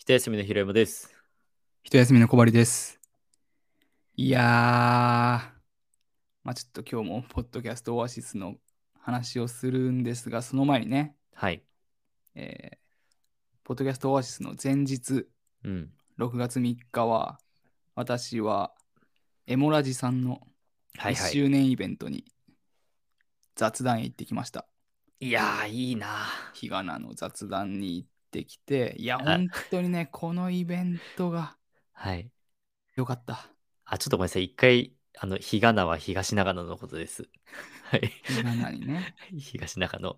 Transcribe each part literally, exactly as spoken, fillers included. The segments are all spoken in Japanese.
一休みの平山です。 一休みの小針です。いやー、まあちょっと今日もポッドキャストオアシスの話をするんですが、その前にね、 はい。 えーポッドキャストオアシスの前日、 うん。 ろくがつみっかは、私はエモラジさんの1 はいはい。 周年イベントに雑談へ行ってきました。 いやー、いいな日がなの雑談に行ってきて、いや、 ー。あ、 本当にね、このイベントがはい。 良かった。 あ、ちょっとごめんなさい。一回、あの、日がなは東長野のことです。はい。 日がなにね、 東長野。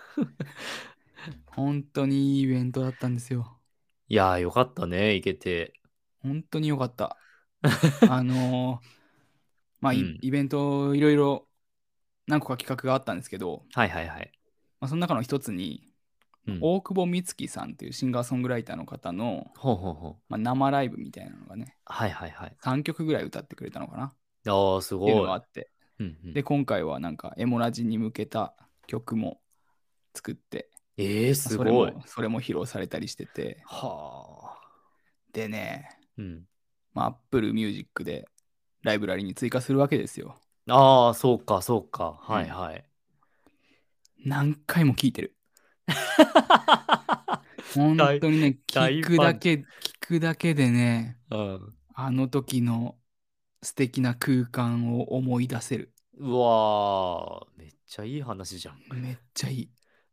本当にいいイベントだったんですよ。 いやー、よかったね。行けて。 本当に良かった。あのーまあ、イうん。 イベントいろいろ何個か企画があったんですけど、 はいはいはい。 まあ、その中の一つに、 うん。 大久保美月さんというシンガーソングライターの方の、 ほうほうほう。 まあ、生ライブみたいなのがね、 はいはいはい。 さんきょくぐらい歌ってくれたのかなっあー、すていうのごい。 があって、 うんうん。 で、今回はなんかエモラジに向けた曲も作って、 えー、 まあ、 すごい。 それも、それも披露されたりしてて、 はあ。 でね、 うん。 まあ、Apple Music でライブラリに追加するわけですよ。 ああ、そうか、そうか。 うん。 はいはい。 何回も聴いてる。本大、 当にね、聞大ファンじくだけ、聞くだけでね、 ゃん。うん。 あの時の素敵な空間を思い出せる。 うわー、めっちゃいい話じゃん。 めっちゃいい。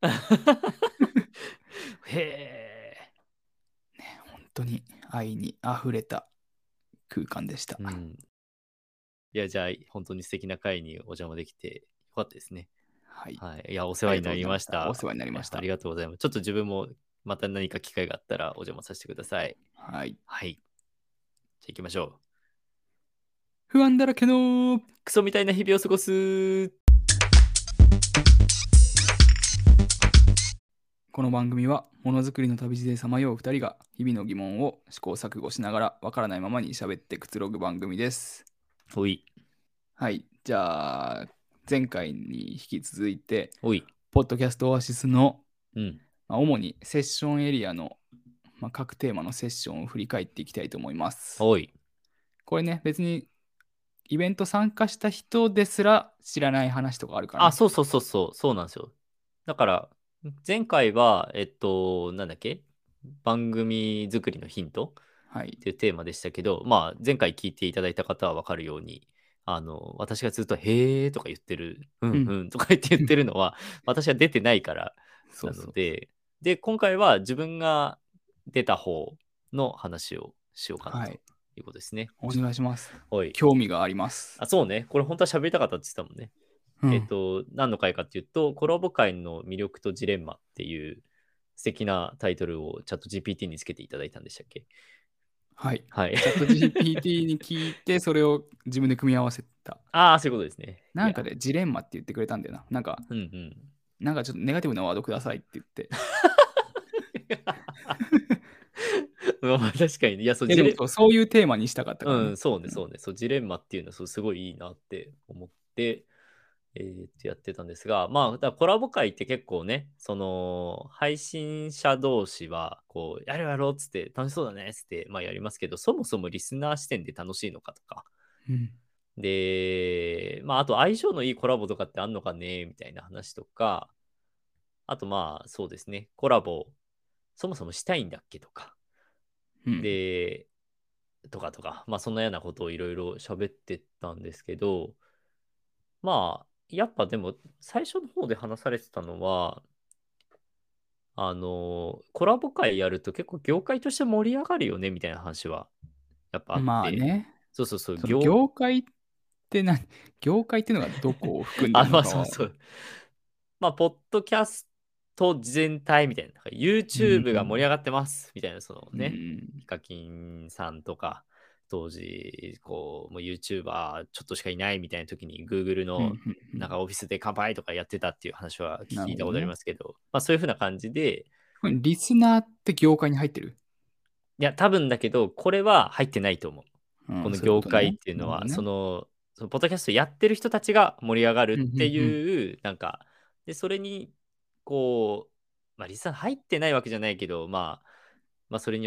へえ。 本当に愛に溢れた空間でした。 うん。いや、じゃあ、本当に素敵な会にお邪魔できてよかったですね。 はい。 はい。いや、お世ありが話になりとうございました。おました。 世話になりいや、 ました。 ありがとうございます。ちょっと自分もまた何か機会があったらお邪魔させてください。 はい。 はい。じゃあ行きましょう。 不安だらけのクソみたいな日々を過ごす。 この番組はものづくりの旅路でさまようふたりが日々の疑問を試行錯誤しながらわからないままに喋ってくつろぐ番組です。 おい。 はい。じゃあ、前回に引き続いて、 おい。 ポッドキャストオアシスの、 うん。 まあ、主にセッションエリアの、まあ、各テーマのセッションを振り返っていきたいと思います。 おい。 これね、別にイベント参加した人ですら知らない話とかあるからあ、 ね。 そうそうそうそう。そうなんですよ。だから、前回は、えっと、なんだっけ番組作りのヒントはい。 っていうテーマでしたけど、まあ、前回聞いていただいた方は分かるように、あの、私がずっと、へーとか言ってる、うんうん。 うんとか言って言ってるのは、私は出てないからなそうそうそので、で、今回は自分が出た方の話をしようかう。 なとはい。 いうことですね。 おちょっ願いします。 と、おい。 興味があります。 あ、そうね。これ本当は喋りたかったって言ってたもんね。 うん。 えっと、何の回かっていうと、コラボ会の魅力とジレンマっていう素敵なタイトルをチャット ジーピーティー につけていただいたんでしたっけ？ はい。 はい。 チャット ジーピーティー に聞いて、それを自分で組み合わせた。 ああ、そういうことですね。いや、 なんかでジレンマって言ってくれたんだよな。なんか、 うんうん。 なんかちょっとネガティブなワードくださいって言って。 まあ確かにね。いや、そう、ジレ、 いやでもそう、そういうテーマにしたかったからね。 うん、そうね、 うん。 そうね。そう、ジレンマっていうのはそうすごいいいなって思って、えーっとやってたんですが、まあ、だからコラボ会って結構ね、その、配信者同士は、こう、やるやろうっつって、楽しそうだねっつって、まあやりますけど、そもそもリスナー視点で楽しいのかとか、 うん。 で、まあ、あと相性のいいコラボとかってあんのかねみたいな話とか、あとまあ、そうですね、コラボ、そもそもしたいんだっけとか、 うん。 で、とかとか、まあ、そんなようなことをいろいろ喋ってたんですけど、まあ、やっぱでも、最初の方で話されてたのは、あの、コラボ会やると結構業界として盛り上がるよね、みたいな話は、やっぱあって、 まあね。 そうそうそう、 その業、 業界って何、業界っていうのがどこを含んであ、まあるのかは、 そうそう。まあ、ポッドキャスト全体みたいな、なんかう YouTube が盛りん。 上がってますみたいな、そのうね、 ん。 ヒカキンさんとか、当時、こう、もう YouTuber ちょっとしかいないみたいな時に Google うん。 のうん。 なんかオフィスで乾杯とかやってたっていう話は聞いたことありなるほどね。 ますけど、まあそういう風な感じで、 これリスナーって業界に入ってる？ いや、多分だけど、これは入ってないと思う。こうん、 のそういうこ業界っとね。 ていうのは、そなるほどね。 の、そのポッドキャストやってる人たちが盛り上がるうん。うってん。うん。 いう、なんか、で、それに、こう、まあ、リスナー入ってないわけじゃないけど、まあ、まあ、それによっ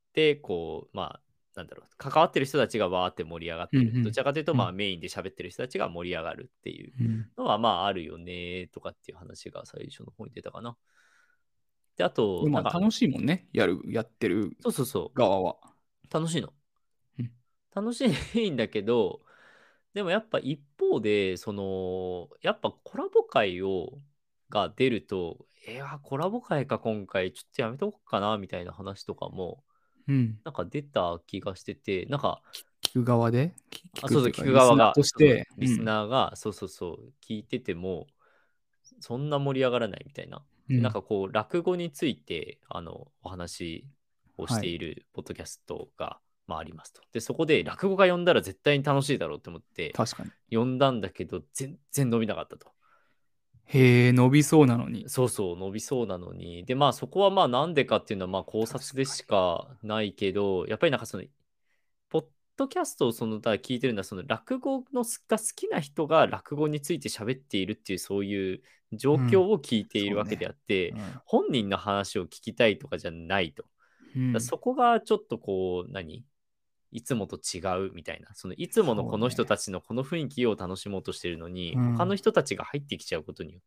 で、こう、まあ、なんだろう、関わってる人たちがわーって盛り上がってる。 うんうんどちらかというと、まあ、 うんメインで喋ってる人たちが盛り上がるっていううんのは、まあ、あるよね、とかっていう話が最初の方に出たかな。で、あと、なんか、 でもまあ楽しいもんね。やる、やってるそうそうそ側は。 う、楽しいの。 うん楽しいんだけど、でもやっぱ一方で、その、やっぱコラボ会をが出ると、いや、コラボ会か今回、ちょっとやめとこうかな、みたいな話とかも、 うんなんか出た気がしてて、なんか、 聞く側で、聞聞あ、そうそう、 くっていうか、 聞く側が、 リスナーとしそうそう、 て、 リスうん。 ナーが、そうそうそう、聞いてても、そんな盛り上がらないみたいな。で、なんうん。 かこう、落語について、あの、お話をしはい。 ているポッドキャストが、まあ、ありますと。で、そこで落語が読んだら絶対に楽しいだろうって思って、 確かに。 読んだんだけど、全然伸びなかったと。 へえ、伸びそうなのに。 そうそう、伸びそうなのに。で、まあ、そこはまあ、なんでかっていうのは、まあ、考確察でしかに。 かないけど、やっぱりなんかその、ポッドキャストをその、だから聞いてるのは、その落語のすが好きな人が落語について喋っているっていう、そういう状うん。 況を聞いているわけであそうね。 って、 うん。 本人の話を聞きたいとかじゃないと。だかうん。 らそこがちょっとこう、何いつもと違うみたいな。そのいつものこの人そうね。 たちのこの雰囲気を楽しもうとしてるのに、他のうん。 人たちが入ってきちゃうことによって、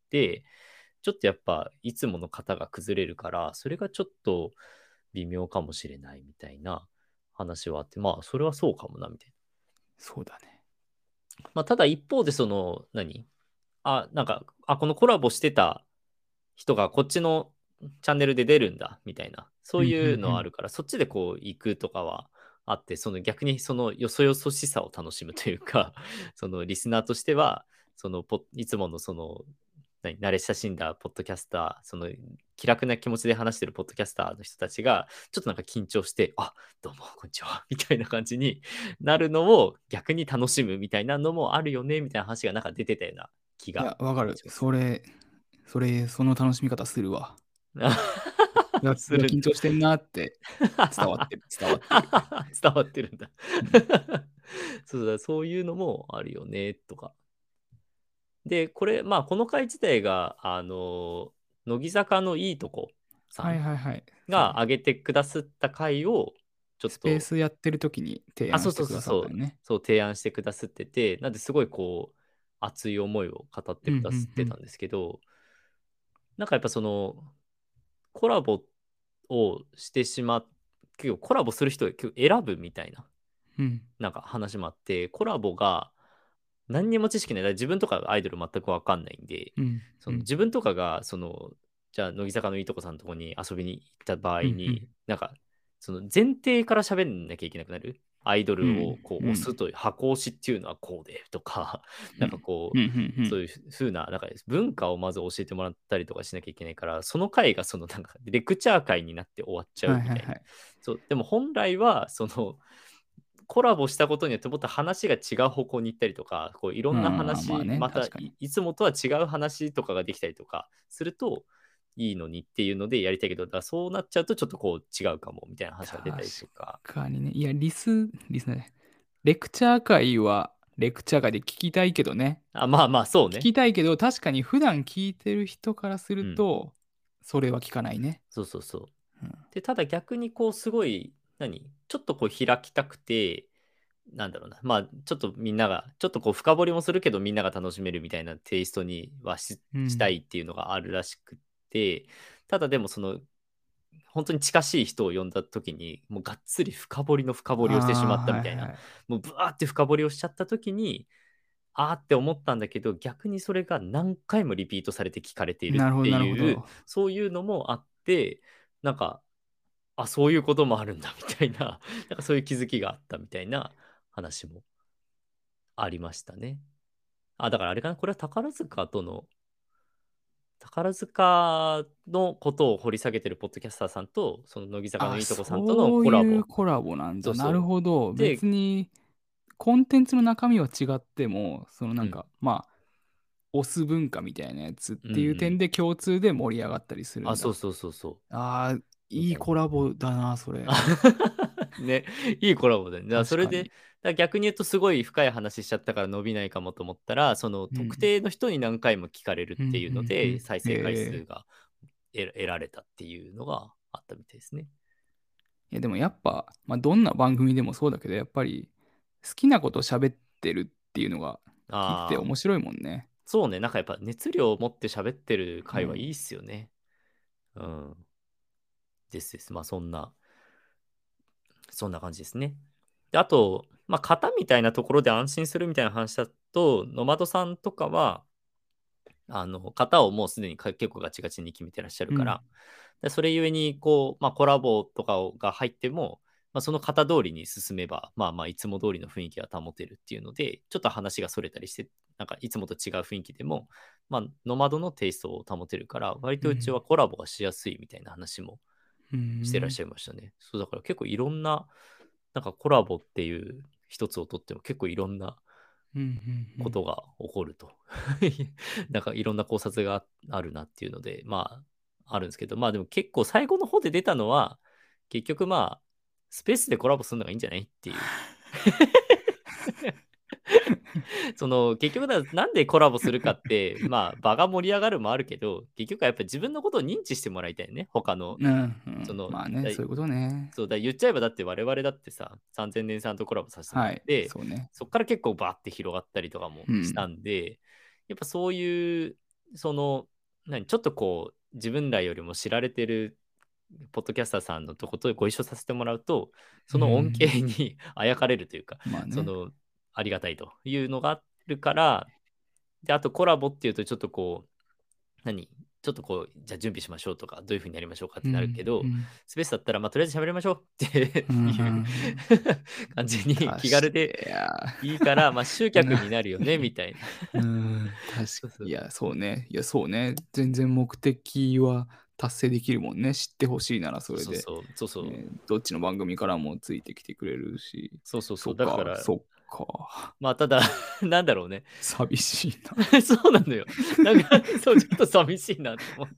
ちょっとやっぱいつもの型が崩れるから、それがちょっと微妙かもしれないみたいな話はあって、まあそれはそうかもなみたいな。 そうだね。 まあただ一方でその、何あ、なんか、あ、このコラボしてた人がこっちのチャンネルで出るんだみたいな、そうんうんういうのうん。 はあるから、そっちでこう行くとかはあって、その逆にそのよそよそしさを楽しむというか、そのリスナーとしては、そのポいつものその、何慣れ親しんだポッドキャスター、その気楽な気持ちで話してるポッドキャスターの人たちが、ちょっとなんか緊張して、あ、どうも、こんにちは、みたいな感じになるのを逆に楽しむみたいなのもあるよね、みたいな話がなんか出てたような気がいや、わかる。 します。 それ、それ、その楽しみ方するわ。いや、いやするんだ。 緊張してんなって伝わってる。伝わってる。 伝わってるんだ。 うん。 そうだ、そういうのもあるよね、とか。で、これ、まあ、この回自体が、あの、乃木坂のいいとこさはいんはいはい。そうね。 が上げてくださった回を、ちょっスペーと、 スやってる時に提あ、そうそう案してくだそうそう、 さったよね。 そう提案してくださってて、なんですごいこう、熱い思いを語ってうんうくださんうん。 ってたんですけど、なんかやっぱその、コラボをしてしまっ、結構コラボする人を結構選ぶみたいな、 うんなんか話もあって、コラボが何にも知識ない、だから自分とかアイドル全くわかんないんで、 うんうんその自分とかが、その、じゃあ、乃木坂のいとこさんのとこに遊びに行った場合うんうんに、なんか、その前提から喋んなきゃいけなくなる。アイドルうんをこううん押すという箱押しっていうのはこうでとか、なんかこうんうう、 んそういう風な、なんか文化をまず教えてもらったりとかしなきゃいけないから、その回がそのなんかレクチャー会になって終わっちゃうみたいな。 はいはいはい。 そう、でも本来は、その、コラボしたことによってもっと話が違う方向に行ったりとか、こういろんなああ、まあ話、 ね、 また確かに。 いいつもとは違う話とかができたりとかするといいのにっていうのでやりたいけど、だからそうなっちゃうとちょっとこう違うかもみたいな話が出たりとか。 確かにね。いや、リス、リスナーね。レクチャー会はレクチャー会で聞きたいけどね。 あ、まあまあそう聞ね。 きたいけど、確かに普段聞いてる人からすうん。 ると、それは聞かないね。 そうそうそう。 うん。 で、ただ逆にこうすごい、何ちょっとこう開きたくて、なんだろうな。まあちょっとみんなが、ちょっとこう深掘りもするけどみんなが楽しめるみたいなテイストにはししたうんいっていうのがあるらしくて、ただでもその本当に近しい人を呼んだ時に、もうがっつり深掘りの深掘りをしてしまああ、 ったみたいな、 はいはい。 もうブワーって深掘りをしちゃった時に、あーって思ったんだけど、逆にそれが何回もリピートされて聞かれているってなるほど、なるほいう、 ど。 そういうのもあって、なんか、あ、そういうこともあるんだみたいな、なんかそういう気づきがあったみたいな話もありましたね。あ、だからあれかな、これは宝塚との宝塚のことを掘り下げてるポッドキャスターさんと、その乃木坂のあ、 いとこさんとのそうコラボ。 いうコラボなんだ。なるそうそう。 ほど。 で、 別に、コンテンツの中身は違っても、そのなうん、 んか、まあ、オス文化みたいなやつっうんうていう点ん。 で共通で盛り上がったりするあ、 んだ。 そうそうそうそう。 ああ、いいみたいな。 コラボだな、それ。 ね、いいコラボだよね。だからそれで、だか確かに。 ら逆に言うとすごい深い話しちゃったから伸びないかもと思ったら、そのうん。 特定の人に何回も聞かれるうん、 っていうのうん、うで、 ん。へ再生回数え。 が得得られたっていうのがあったみたいですね。 いや、 でもやっぱ、まあ、どんな番組でもそうだけど、やっぱり好きなこと喋ってるっていうのが聞いててああ、 面白いもんね。 そうね。なんかやっぱ熱量を持って喋ってるうん。 回はいいっすよね。うん。ですです。まあそんな、そんな感じですね。で、あと、まあ型みたいなところで安心するみたいな話だと、ノマドさんとかは、あの、型をもうすでにか結構ガチガチに決めてらっしゃるうん。 から、でそれゆえに、こう、まあ、コラボとかをが入っても、まあ、その型通りに進めば、まあまあ、いつも通りの雰囲気が保てるっていうので、ちょっと話がそれたりして、なんかいつもと違う雰囲気でも、まあ、ノマドのテイストを保てるから、割とうちはうん。 コラボがしやすいみたいな話もうん。 してらっしゃいましたね。そうだから結構いろんな、なんかコラボっていう一つをとっても結構いろんなうん。うん。 ことが起こると。なんかいろんな考察があるなっていうので、まあ、あるんですけど、まあでも結構最後の方で出たのは、結局まあ、スペースでコラボするのがいいんじゃないっていう。その結局だなんでコラボするかって、まあ場が盛り上がるもあるけど、結局はやっぱり自分のことを認知してもらいたいね。他の、 うん。うん。 その、 まあね、 だそういうことね。 そうだ、言っちゃえばだって我々だってさ、さんぜんねんさんとコラボさせてもらはい。 って、 そうね。 そっから結構バーって広がったりとかもしたうん。 んで、やっぱそういう、その、何、ちょっとこう、自分らよりも知られてるポッドキャスターさんのとことご一緒させてもらうと、 うその恩恵ん。 にあやかれるというか、 まあね。 その、ありがたいというのがあるから、で、あとコラボっていうとちょっとこう、何ちょっとこう、じゃあ準備しましょうとか、どういうふうにやりましょうかってなるうん。 けど、 うん。 スペースだったら、まあ、とりあえず喋りましょうってうん。ういうん。 感じに確気軽でかいや、 いいから、まあ、集客になるよね、みたいな。 うん、確かそうそう。 いや、そうね。いや、そうね。全然目的は達成できるもんね。知ってほしいならそそうれで、 そうそう。そうそう。 ね、どっちの番組からもついてきてくれるし。 そうそうそう。 そっか、 だから、 そっか。 まあ、ただ、なんだろうね。 寂しいな。 そうなのよ。なんか、そう、ちょっと寂しいなと思って。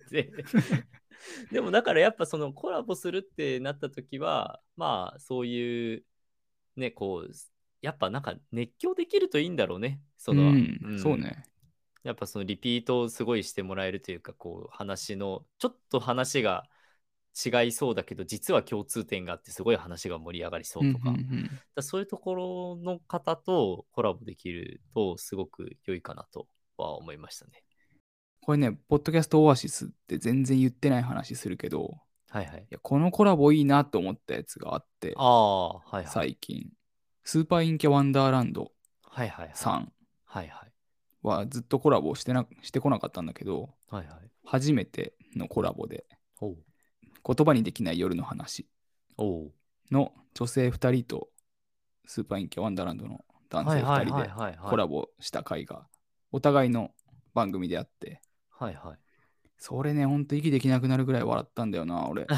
でも、だからやっぱそのコラボするってなった時は、まあ、そういうね、こう、やっぱなんか熱狂できるといいんだろうね。その、 うん、 うん。 そうね。 やっぱそのリピートをすごいしてもらえるというか、こう、話の、ちょっと話が違いそうだけど、実は共通点があって、すごい話が盛り上がりそうん、うん、ううとか、 ん。 だそういうところの方とコラボできると、すごく良いかなとは思いましたね。 これね、ポッドキャストオアシスって全然言ってない話するけど、 はいはい。 いや、このコラボいいなと思ったやつがあって、 ああ、はいはい。 最近、スーパーインキャワンダーランドはいはいはい。 さんはいはい。 はずっとコラボしてなしてこなかったんだけど、 はいはい。 初めてのコラボで、 おう。 言葉にできない夜の話おう。 の女性ふたりとスーパーインキャワンダーランドの男はい性2 はいはい人ではいはい。 コラボした回がお互いの番組であって、 はいはい。 それね、ほんと息できなくなるぐらい笑ったんだよな、俺。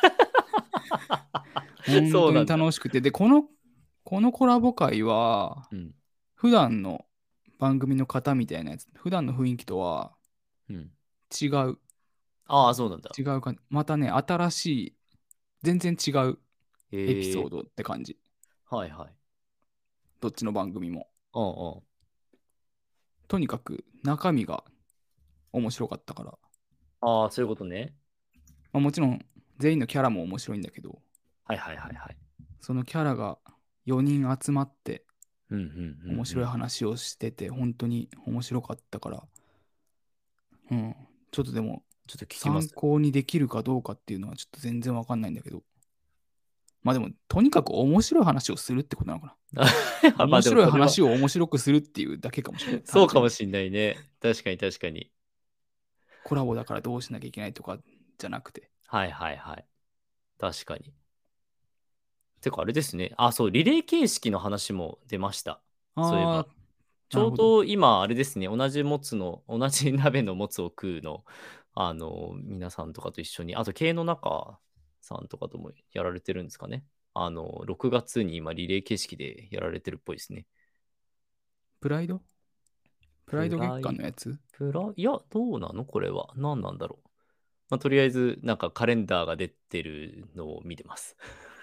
本当にそうなんだ。 楽しくて。で、この、このコラボ回は、 うん。 普段の番組の方みたいなやつ、普段の雰囲気とはうん。 違う、 ああ、そうなんだ。 違うか、またね、新しい、全然違うエピへえ。 ソードって感じ。 はいはい。 どっちの番組も。 うんうん。 とにかく中身が面白かったから。 ああ、そういうことね。 まあ、もちろん全員のキャラも面白いんだけど、 はいはいはいはい。 そのキャラがよにん集まってうんうんうん面白いうん。 話をしてて、本当に面白かったから、うん、ちょっとでもちょっと聞きま参す。 考にできるかどうかっていうのはちょっと全然わかんないんだけど、まあでも、とにかく面白い話をするってことなのかな。 あまあでも面白いそれは話を面白くするっていうだけかもしれない。単純に。 そうかもしんないね。確かに確かに。 コラボだからどうしなきゃいけないとかじゃなくて。 はいはいはい。確かに。てかあれですね。あ、そう、リレー形式の話も出ました。そういえば。 あー、 ちょうなるほど。 ど今、あれですね、同じもつの、同じ鍋のもつを食うの、あの、皆さんとかと一緒に、あと、経の中さんとかともやられてるんですかね。あの、ろくがつに今、リレー形式でやられてるっぽいですね。 プライドプライド月プライ、 間のやつ。 プラ、いや、どうなのこれは。何なんだろう。まあ、とりあえず、なんかカレンダーが出てるのを見てます。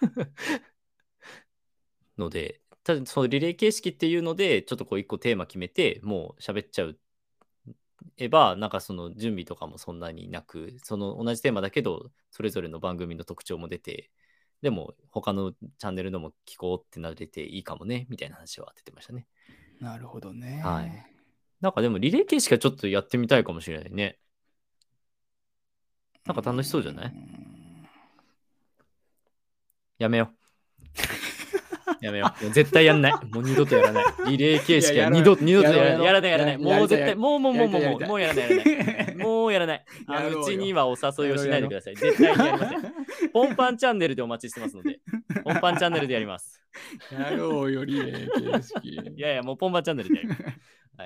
ので、ただそのリレー形式っていうので、ちょっとこう一個テーマ決めて、もう喋っちゃうえば、なんかその準備とかもそんなになく、その同じテーマだけど、それぞれの番組の特徴も出て、 でも他のチャンネルのも聞こうってなれていいかもねみたいな話は出てましたね。 なるほどはい。 ね。 なんかでもリレー形式はちょっとやってみたいかもしれないね。 うーなんか楽しそうじゃない？ ん。 やめよう。やめよう。もう絶対やんない。もう二度とやらない。リレー形いや、 式はやろうよ。 二度二度とやろうやらない。やらない、やらない。 やろう。やもう絶対、 やりたい、 もうもうもうもうもう、 やりたい、 もうやらない、やらない。もうやらない。あの、うやろうよ。 ちにはお誘いをしやろうやろう。 ないでください。絶対にやりません。ポンパンチャンネルでお待ちしてますので。ポンパンチャンネルでやります。 やろうよ、リレー形式。 いやいや、もうポンパンチャンネルでやります。はい。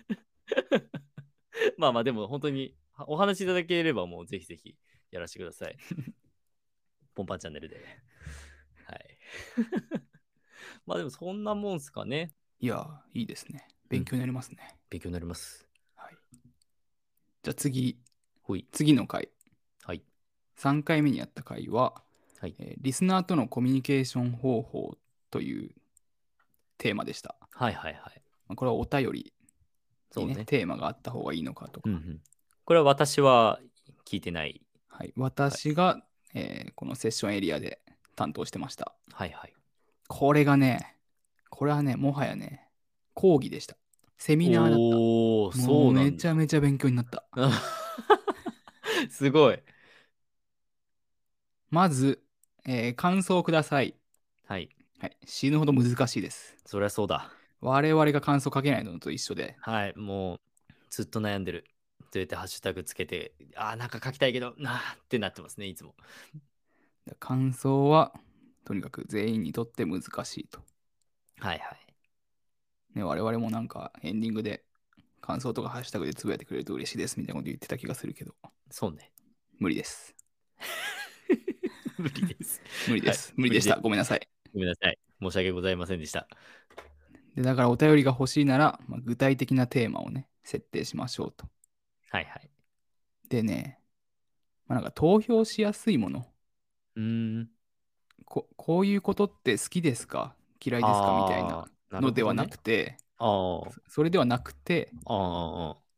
まあまあ、でも本当にお話しいただければもうぜひぜひやらせてください。ポンパンチャンネルで。はい。まあでもそんなもんすかね。 いや、いいですね。勉強になりますね。 うん、勉強になります。 はい。じゃあ次、 ほい。 次の回。 はい。 さんかいめにやった回は、 はい、 えーリスナーとのコミュニケーション方法というテーマでした。 はいはいはい。 まあ、これはお便りにね、 そうね。 テーマがあった方がいいのかとか。 うんうん、これは私は聞いてない。 はい、私が、えーこのセッションエリアで担当してました。 はいはい。 これがね、これはね、もはやね、講義でした。セミナーだった。 おー、 もうめそうなんだ。 ちゃめちゃ勉強になった。 すごい。 まず、えー感想をください。 はい。 はい、死ぬほど難しいです。 そりゃそうだ。 我々が感想書けないのと一緒で。 はい。もう、ずっと悩んでる。どうやってハッシュタグつけて、あー、なんか書きたいけど、なーってなってますね、いつも。 感想は、とにかく全員にとって難しいと。 はいはい。 ね、我々もなんかエンディングで感想とかハッシュタグでつぶやいてくれると嬉しいですみたいなこと言ってた気がするけど、 そうね。 無理です。 無理です。 無理です。無理でした。ごめんなさい。 ごめんなさい。申し訳ございませんでした。 で、だからお便りが欲しいなら、まあ、具体的なテーマをね、設定しましょうと。 はいはい。 でね、まあ、なんか投票しやすいものうーん。 こ、こういうことって好きですか嫌いですかみたいなあー、なるのではなほどね。 くて、 あー、 それではなくて、 あー、あー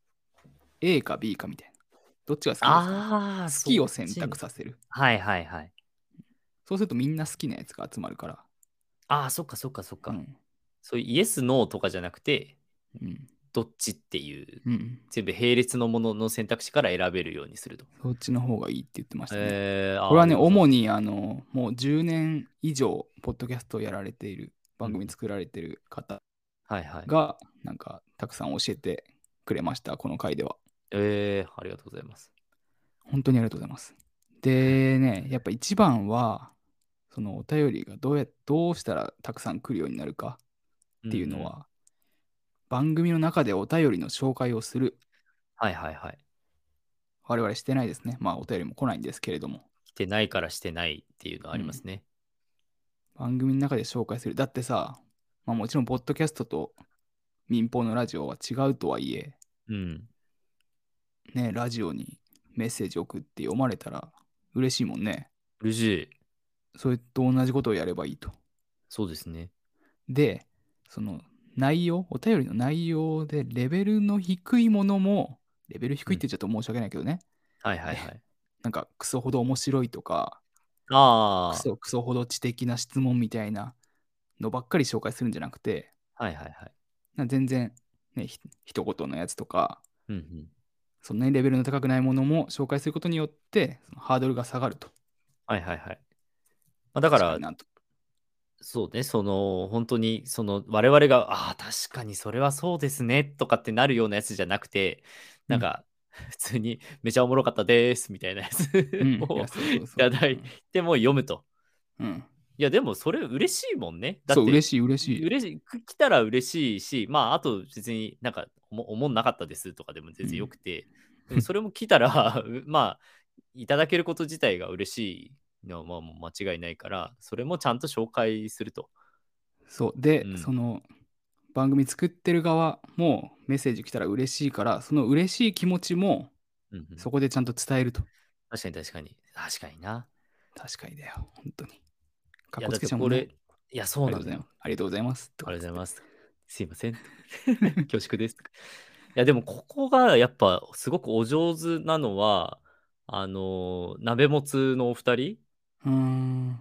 A か B かみたいな。どっちが好きですかみたいあー、 な。好きそっを選ちね。 択させる。 はいはいはい。 そうするとみんな好きなやつが集まるから。 ああ、そっかそっかそっか。 うん。 そういうイエス、ノーとかじゃなくて、 うん。 どっちっていう、 うん。 全部並列のものの選択肢から選べるようにすると。 そっちの方がいいって言ってましたね。 えー、あー、 これはね、 でもそ主にあの、もうじゅうねん以上、ポッドキャストをやられている、番組うん作られている方はいはい。 が、なんか、たくさん教えてくれました、この回では。 えー、ありがとうございます。 本当にありがとうございます。でね、やっぱ一番は、そのお便りがどうや、どうしたらたくさん来るようになるかっていうのは、 うんうん、 番組の中でお便りの紹介をする。 はいはいはい。 我々してないですね。まあ、お便りも来ないんですけれども。 来てないからしてないっていうのはあうん。 りますね。 番組の中で紹介する。だってさ、まあもちろん、ポッドキャストと民放のラジオは違うとはいえ、 うん。 ね、ラジオにメッセージ送って読まれたら嬉しいもんね。 嬉しい。 それと同じことをやればいいと。 そうですね。 で、その内容、お便りの内容でレベルの低いものも、レベル低うん。 いって言っちゃうと申し訳ないけどね。 はいはいはい。 なんかクソほど面白いとか、クあソクソほど知的な質問みたいなのばっかり紹介するんじゃなくて、 あ、はいはいはい。 な全然ね、ひ一言のやつとか、 うんうん。 そんなにレベルの高くないものも紹介することによって、そのハードルが下がると。 はいはいはい。まあ、だから、 確かになんと。 そうね、その、本当に、その、我々が、ああ、確かにそれはそうですね、とかってなるようなやつじゃなくて、 うん。 なんか、普通に、めちゃおもろかったです、みたいなやつうん。いや、 をそうそういそう。 ただいても読むと。 うん。うん、 いや、でもそれ嬉しいもんね。だっそう、 て、 嬉しい、嬉しい。 嬉しい、く来たら嬉しいし、まあ、あと別になんかおも、おもんなかったですとかでも全然ようん。 くて、でもそれも来たらまあ、いただけること自体が嬉しいのはまあもう間違いないから、それもちゃんと紹介すると。 そう。で、そうん。 の番組作ってる側もメッセージ来たら嬉しいから、その嬉しい気持ちもうんうん、 そこでちゃんと伝えると。 確かに確かに。確かにな。 確かにだよ。本当に。かっこいや、だつけちゃうもんね。 ってこれ、いや、そうなのよ。 ありがとうございます。ありがとうございます。とありかっつって。 がとうございます。すいません。恐縮です。いや、でもここがやっぱすごくお上手なのは、あの、鍋もつのお二人うーん。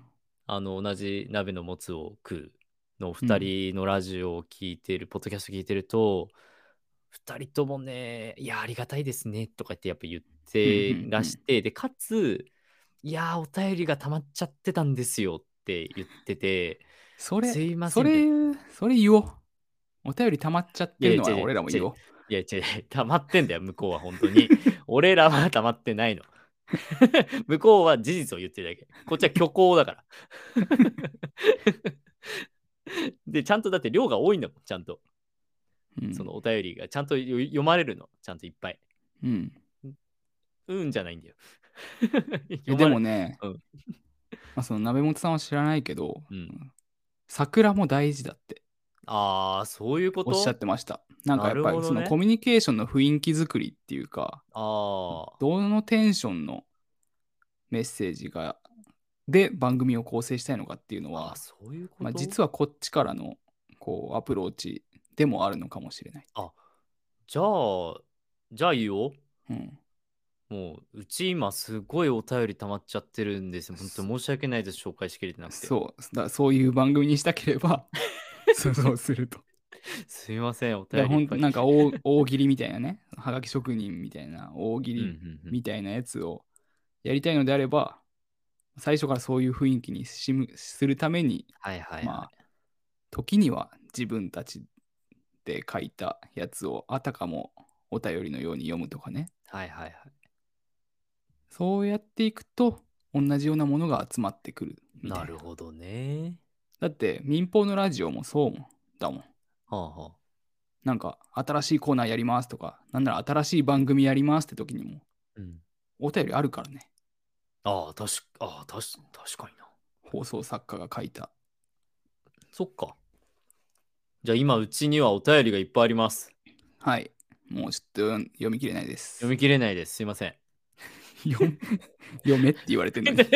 あの同じ鍋のもつを食うのう二ん。 人のラジオを聞いてる、ポッドキャスト聞いてると、二人ともね、いや、ありがたいですねとか言ってやっぱ言っうん。うてん。うんらして、で、かつ、いやー、お便りが溜まっちゃってたんですよって言ってて、 それ、 すいませんみたいな。 それ、それ言おう。お便り溜まっちゃっいやいや、 てるのは違う違う違う。 俺らも言おう。 いや違う違う、溜まってんだよ、向こうは本当に。俺らは溜まってないの。向こうは事実を言ってるだけ。こっちは虚構だから。で、ちゃんとだって量が多いんだもん、ちゃんと。 うん。 そのお便りがちゃんとよ読まれるの、ちゃんといっぱい。 うん。 うんじゃないんだよ。 いや、で読まれ、 もね、 うん。 まあ、その鍋本さんは知らないけど、 うん。 桜も大事だってああ、そういうこおっしゃっと。 てました。なんかなやっぱるほどね。 りそのコミュニケーションの雰囲気作りっていうか、 ああ、 どのテンションのメッセージがで番組を構成したいのかっていうのああ、 は、 そういうこまあ、 と。 実はこっちからのこうアプローチでもあるのかもしれない。 あ、じゃあ、じゃあいいよ。 うん、 もう、うち今すごいお便り溜まっちゃってるんですよ。本当そに申し訳ないです。紹介しきれてなくて。 そうだ、そういう番組にしたければそうそうすると。 すいません、おだからほん便りいっぱい。 なんか大大喜利みたいなね、はがき職人みたいな大喜うんう利んうん。 みたいなやつをやりたいのであれば、最初からそういう雰囲気にしむするために、 はいはいはまあ、 い。 時には自分たちで書いたやつをあたかもお便りのように読むとかね。 はいはいはい。 そうやっていくと、同じようなものが集まってくるみたいな。 なるほどね。 だって民放のラジオもそうもんだもん。 はあはあ。 なんか新しいコーナーやりますとか、なんなら新しい番組やりますって時にもうん。 お便りあるからね。 ああ、確か、ああ、確確かにな。 放送作家が書いた。 そっか。じゃあ今、うちにはお便りがいっぱいあります。 はい。もうちょっと読読み切れないです。 読み切れないです。すいません。 読読めって言われてるのに。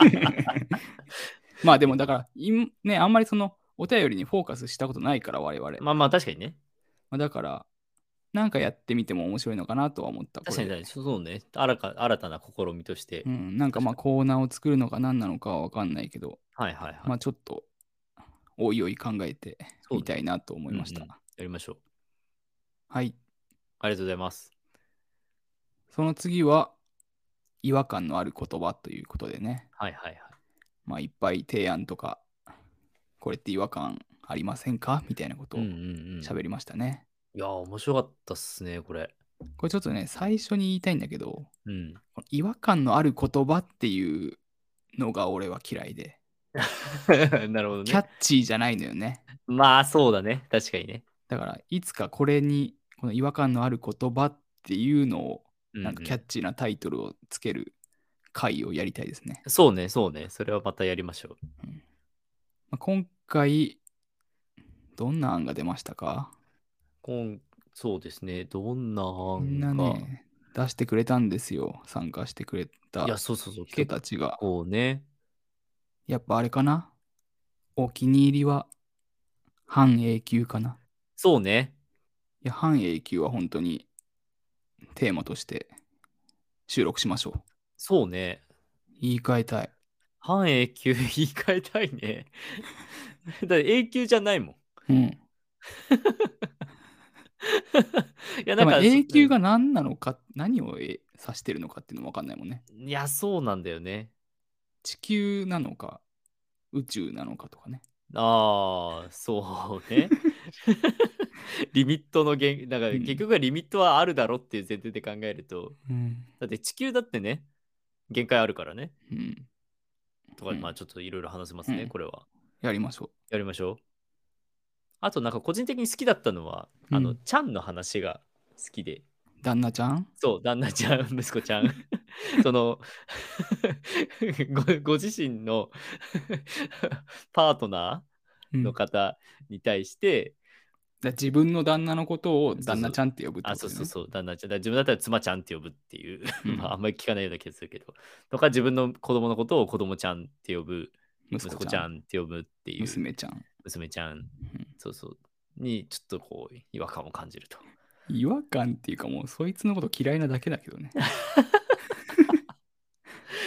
まあでもだから、いんね、あんまりそのお便りにフォーカスしたことないから我々。 まあまあ、確かにね。 まあ、だから、なんかやってみても面白いのかなとは思った、これで。 確かに、そうね。新か新たな試みとして。 うん、なんかまあ確かに。 コーナーを作るのか何なのかは分かんないけど、 はいはいはい。 まあちょっとおいおい考えてそうね。 みたいなと思いました。 うんうん。やりましょう。 はい。 ありがとうございます。 その次は違和感のある言葉ということでね、 はいはいはい。 まあいっぱい提案とか、これって違和感ありませんかみたいなことをうんうんうん。 喋りましたね。 いやー、面白かったっすね、これ。 これちょっとね、最初に言いたいんだけど、 うん。 この違和感のある言葉っていうのが俺は嫌いで、 なるほどね。 キャッチーじゃないのよね。 まあ、そうだね。確かにね。 だからいつかこれにこの違和感のある言葉っていうのをうんなんかキャッうチーなタイトルをつける回をやりたいですね。 ん。そうね、そうね。それはまたやりましょう。 うんまあ、今回どんな案が出ましたか？ 今、そうですね。どんなみんな案が。 ね、出してくれたんですよ。参加してくれいや、 たそうそうそう。 人結たちが。 構ね。 やっぱあれかな、お気に入りは半永久かな。 そうね。 いや、半永久は本当にテーマとして収録しましょう。 そうね。 言い換えたい。 半永久言い換えたいね。だって永久じゃないもん。 うん。 いや、 でもなんかそ、うん。 永久が何なのか、何をえ指してるのかっていうのも分かんないもんね。 いや、そうなんだよね。 地球なのか、宇宙なのかとかね。 ああ、そうね。リミットの限、だから結うん。 局はリミットはあるだろっていう前提で考えると、 うん。 だって地球だってね、限界あるからね。 うん。 とか、まあうん。 ちょっといろいろ話せますね、 うん。 これは。 やりましょやりましょう。あとなんか個人的に好きだったのは、 う。うあの、 ん。 ちゃんの話が好きで、 旦那ちゃん。 そう、旦那ちゃん、息子ちゃん、そのご、ご自身のパートナーのうん。 方に対して、 だ自分の旦那のことをそうそう、 旦那ちゃんって呼ぶってあ、 ことでね。 そうそうそう、旦那ちゃん、だから自分だったら妻ちゃんって呼ぶっていう、 うまああん。 んまり聞かないような気がするけど、とか自分の子供のことを子供ちゃんって呼ぶ、息子ちゃ息子ちゃん。 んって呼ぶっていう娘ちゃん。 娘ちゃん、 うん、 そうそう、にちょっとこう違和感を感じると。 違和感っていうかもうそいつのこと嫌いなだけだけどね。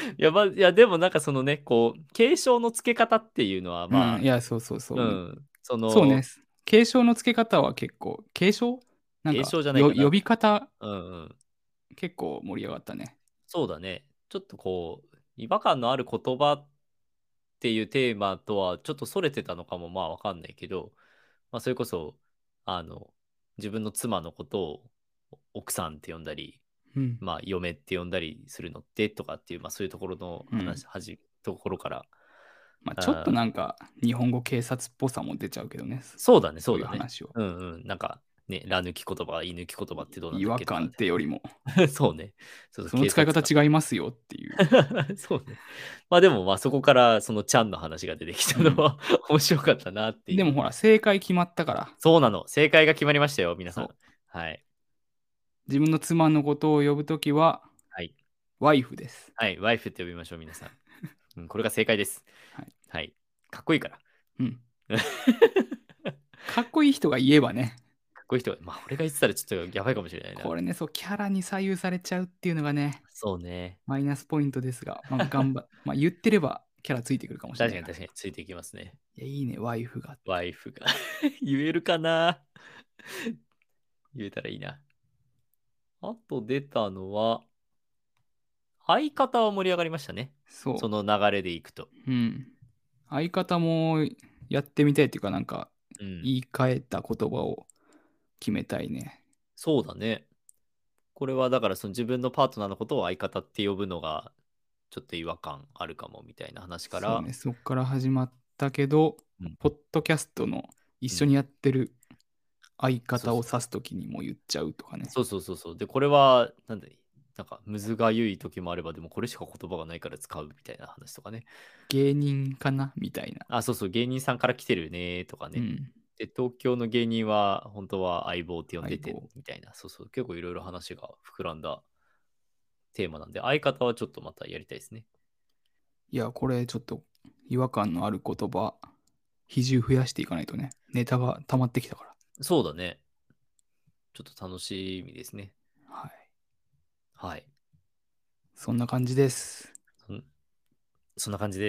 いや、ま、いや、でもなんかそのね、こう、継承のつけ方っていうのは、 うん、 まいや、そうそうそあ、うう。 ん、そそうね。 の、 継承のつけ方は結構、継承なん継かよ、 承じゃないかな。 呼び方うんうん。 結構盛り上がったね。 そうだね。ちょっとこう、違和感のある言葉っていうテーマとはちょっとそれてたのかもまあわかんないけど、まあそれこそ、あの、自分の妻のことを奥さんって呼んだり、 うん。 まあ嫁って呼んだりするのってとかっていう、まあそういうところのうん。 話、はじ、ところから、 まあ、ちょっとあーなんか日本語警察っぽさも出ちゃうけどね。 そうだね、 そういうそうだね。 話を。 うんうん。なんか、ね、ら抜き言葉、言い抜き言葉ってどうなんだっ違和感けとかってよりも、 で。そうね。そうそう、 その使い警察官。 方違いますよっていう。 そうね。まあでもまあそこからそのちゃんの話が出てきうん。 たのは面白かったなっていう。 でもほら、正解決まったから、 そうなの。正解が決まりましたよ、皆さん。 そう。 はい。 自分の妻のことを呼ぶときは、 はい。 ワイフです。 はい。ワイフって呼びましょう、皆さん。うん、これが正解です。 はい。 はい。かっこいいから。 うん。 かかっこいい人が言えばね、 っこいい人が、まあ俺が言ってたらちょっとやばいかもしれないな。 これね、そう、キャラに左右されちゃうっていうのがね、 そうね。 マイナスポイントですが、まあ、頑張、まあ、言ってればキャラついてくるかもしれないから。 確かに確かについていきますね。 いや、いいね、ワイフが。 ワイフが言えるかな。言えたらいいな。あと出たのは、相方は盛り上がりましたね。そその流れでいくと。 う。うん。相方もやってみたいっていうか、なんか、 うん。 言い換えた言葉を決めたいね。 そうだね。これはだからその自分のパートナーのことを相方って呼ぶのがちょっと違和感あるかもみたいな話から、 そうね、そっから始まったけど、 うん、 ポッドキャストの一うん、 緒にやってる相方をそうそ指すときにも言っちゃうとかう。 ね。 そうそうそうそう。で、これは、なんだなんか、むずがゆい時もあれば、でもこれしか言葉がないから使うみたいな話とかね。 芸人かなみたいな。 あ、そうそう、芸人さんから来てるねとかね。 うん。 で、東京の芸人は本当は相棒って呼んでて相棒。 みたいな。そうそう、結構いろいろ話が膨らんだテーマなんで、相方はちょっとまたやりたいですね。 いや、これちょっと違和感のある言葉、比重増やしていかないとね。ネタが溜まってきたかそうだね。ちょっと楽しみですね。 ら。はい。 はい。 そんな感じです。 そんそんな感じです。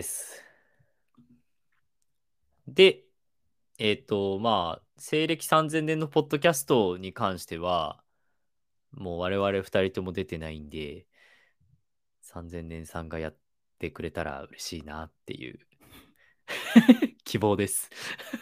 で、えっ、と、まあ、西暦さんぜんねんのポッドキャストに関しては、もう我々ふたりとも出てないんで、さんぜんねんさんがやってくれたら嬉しいなっていう希望です。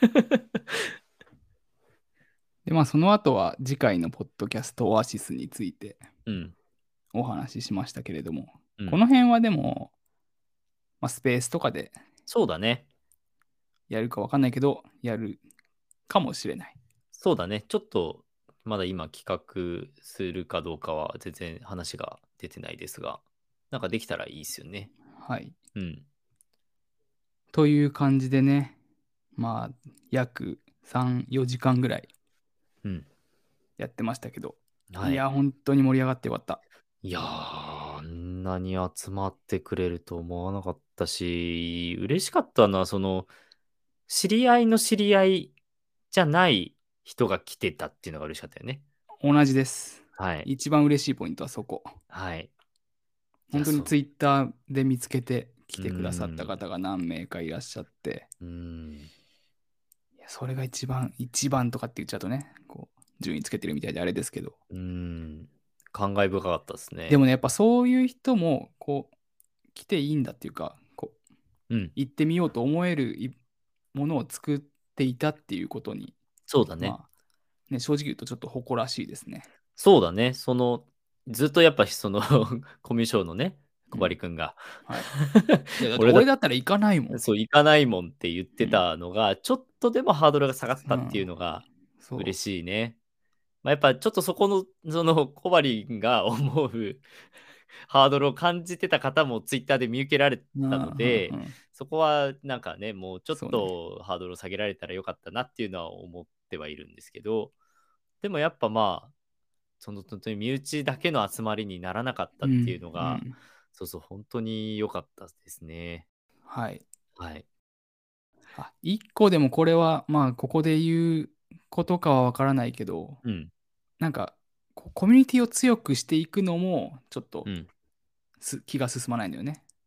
で、まあその後は次回のポッドキャストオアシスについてうん。 お話ししましたけれども、 うん。 この辺はでも、まあ、スペースとかでそうだね。 やるかわかんないけど、やるかもしれない。 そうだね。ちょっと、まだ今企画するかどうかは全然話が出てないですが、なんかできたらいいですよね。 はい。 うん。 という感じでね、まあ、約さん、よじかんぐらいうん。 やってましたけど、 はい。 いや、本当に盛り上がってよかった。 いやー、あんなに集まってくれると思わなかったし、嬉しかったのは、その、知り合いの知り合いじゃない人が来てたっていうのが嬉しかったよね。 同じです。 はい。 一番嬉しいポイントはそこ。 はい。いや、そう。 本当にツイッターで見つけて来うーてくださったん。 方が何名かいらっしゃって、 うーん。 いやそれが一番、一番とかって言っちゃうとね、こう、順位つけてるみたいであれですけど、 うーん。感慨深かったですね。 でもね、やっぱそういう人も、こう、来ていいんだっていうか、こう、 うん。 行ってみようと思えるいものを作っていたっていうことに、 そうだね。 まあ、ね、正直言うとちょっと誇らしいですね。 そうだね。その、ずっとやっぱそのコミュ障のね、小うん。 針くんがはい。いや、だって俺だ俺だったら行かないもん。 そう、行かないもんって言ってうん。 たのが、ちょっとでもハードルが下がったっていううん。 のが嬉そしいね。まあ、やっぱちょっとそこの、その小針が思うハードルを感じてた方もツイッターで見受けられう。うん。 たうん。 ので、 うん。 そこはなんかね、もうちょっそうね。 とハードルを下げられたらよかったなっていうのは思ってはいるんですけど、でもやっぱまあ、その本当に身内だけの集まりにならなかったっていううん。 のが、 うん。 そうそう、本当に良かったですね。 はい。 はい。 あ、一個でもこれは、まあ、ここで言うことかはわからないけど、 うん。 なんか、こコミュニティを強くしていくのも、ちょっとうん。 す気が進まないんだよね。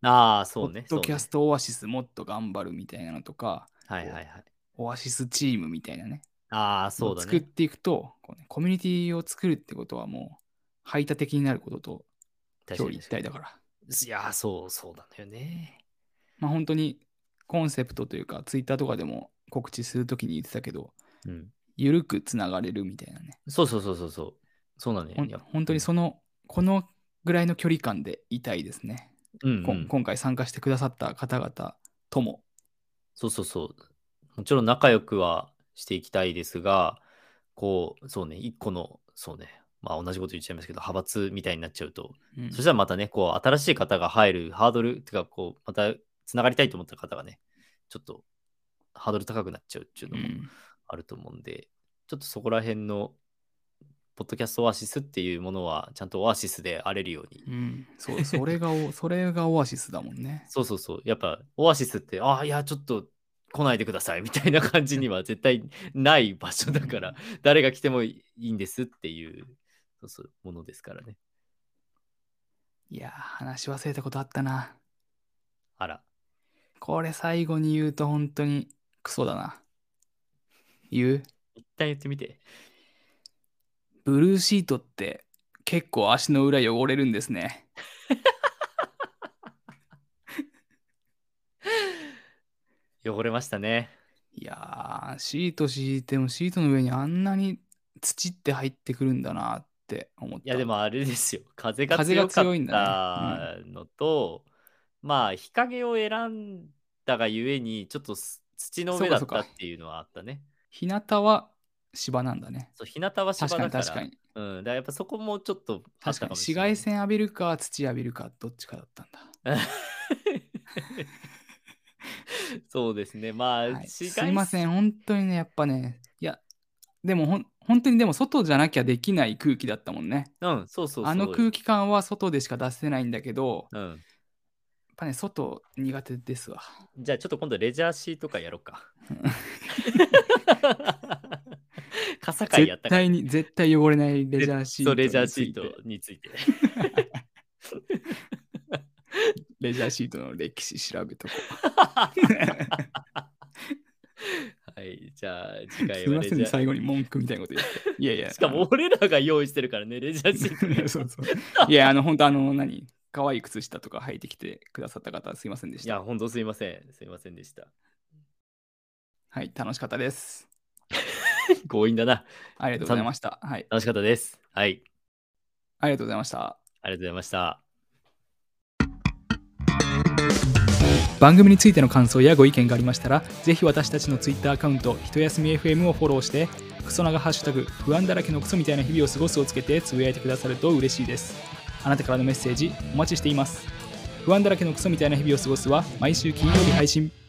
ああ、 ポッそうね。そうね。 ドキャストオアシスもっと頑張るみたいなのとか、 はいこうはいはい。 オアシスチームみたいなね、 ああ、 のそうだね。 を作っていくと、こうね、コミュニティを作るってことはもう排他的になることと表裏一確かに確か体だから。 に。いやー、そう、そうなんだよね。 まあ本当にコンセプトというか、ツイッターとかでも告知するときに言ってたけど、 うん。 ゆるくつながれるみたいなね。 そうそうそうそうそう。そうなんだよね。 ほんやっぱ本当にその、このぐらいの距離感でいたいですね。 うんうん。 こん今回参加してくださった方々とも。 そうそうそう。もちろん仲良くはしていきたいですが、こう、そうね、一個の、そうね、まあ同じこと言っちゃいますけど、派閥みたいになっちゃうと、 うんそしたらまたね、こう、新しい方が入るハードル、てか、こう、またつながりたいと思った方がね、ちょっとハードル高くなっちゃうっていうのもうんあると思うんで、ちょっとそこら辺の、ポッドキャストオアシスっていうものは、ちゃんとオアシスであれるように。 うん、そう、それがお、それがオアシスだもんね。 そうそうそう。やっぱ、オアシスって、ああ、いや、ちょっと来ないでくださいみたいな感じには絶対ない場所だから、 うん誰が来てもいいんですっていう、そうそう、ものですからね。 いやー、話し忘れたことあったな。 あら。 これ最後に言うと本当にクソだな。言う一旦言ってみて。 ブルーシートって結構足の裏汚れるんですね。 汚れましたね。 いやー、シート敷いてもシートの上にあんなに土って入ってくるんだなって思っいや、でた。 もあれですよ。風が風が強かっ強いんだね。うん。 たのと、まあ、日陰を選んだがゆえに、ちょっとす土の上だったそうかそうか。 っていうのはあったね。 日向は芝なんだね。 そう、日向は確か芝だから、 に確かに。 うん、だからやっぱそこもちょっとあった確かに。 かもしれないね。 紫外線浴びるか土浴びるかどっちかだったんだ。 そうですね。まあ、 はい。 紫外線、 すいません。本当にね、やっぱね、いや、でもほん本当にでも外じゃなきゃできない空気だったもんね。 うん、そうそうあのそうよ。 空気感は外でしか出せないんだけど、 うん。 やっぱね、外苦手ですわ。 じゃあちょっと今度レジャーシーとかやろうか。傘会やったからね。 絶対に、絶対汚れないレジャーシそう、 ートレジャーについて。 シートについて。 レジャーシートの歴史調べとこはい、じゃあ次う。 回すいませんね、 はレジャー。 最後に文句みたいなこと言って。いやいや、 しかも俺らが用意してるからね、レジャーシートね。 そうそう。いや、あの、本当あの、何可愛い靴下とか履いてきてくださった方、すいませんでしいや、 た。 ほんとすいません。すいませんでした。 はい、楽しかったです。 強引だな。 ありがとうございました。はい。 楽しかったです。はい。 ありがとうございました。 ありがとうございました。 番組についての感想やご意見がありましたら、ぜひ私たちのツイッターアカウント、ひとやすみ エフエム をフォローして、クソ長ハッシュタグ、不安だらけのクソみたいな日々を過ごすをつけてつぶやいてくださると嬉しいです。あなたからのメッセージお待ちしています。不安だらけのクソみたいな日々を過ごすは毎週金曜日配信。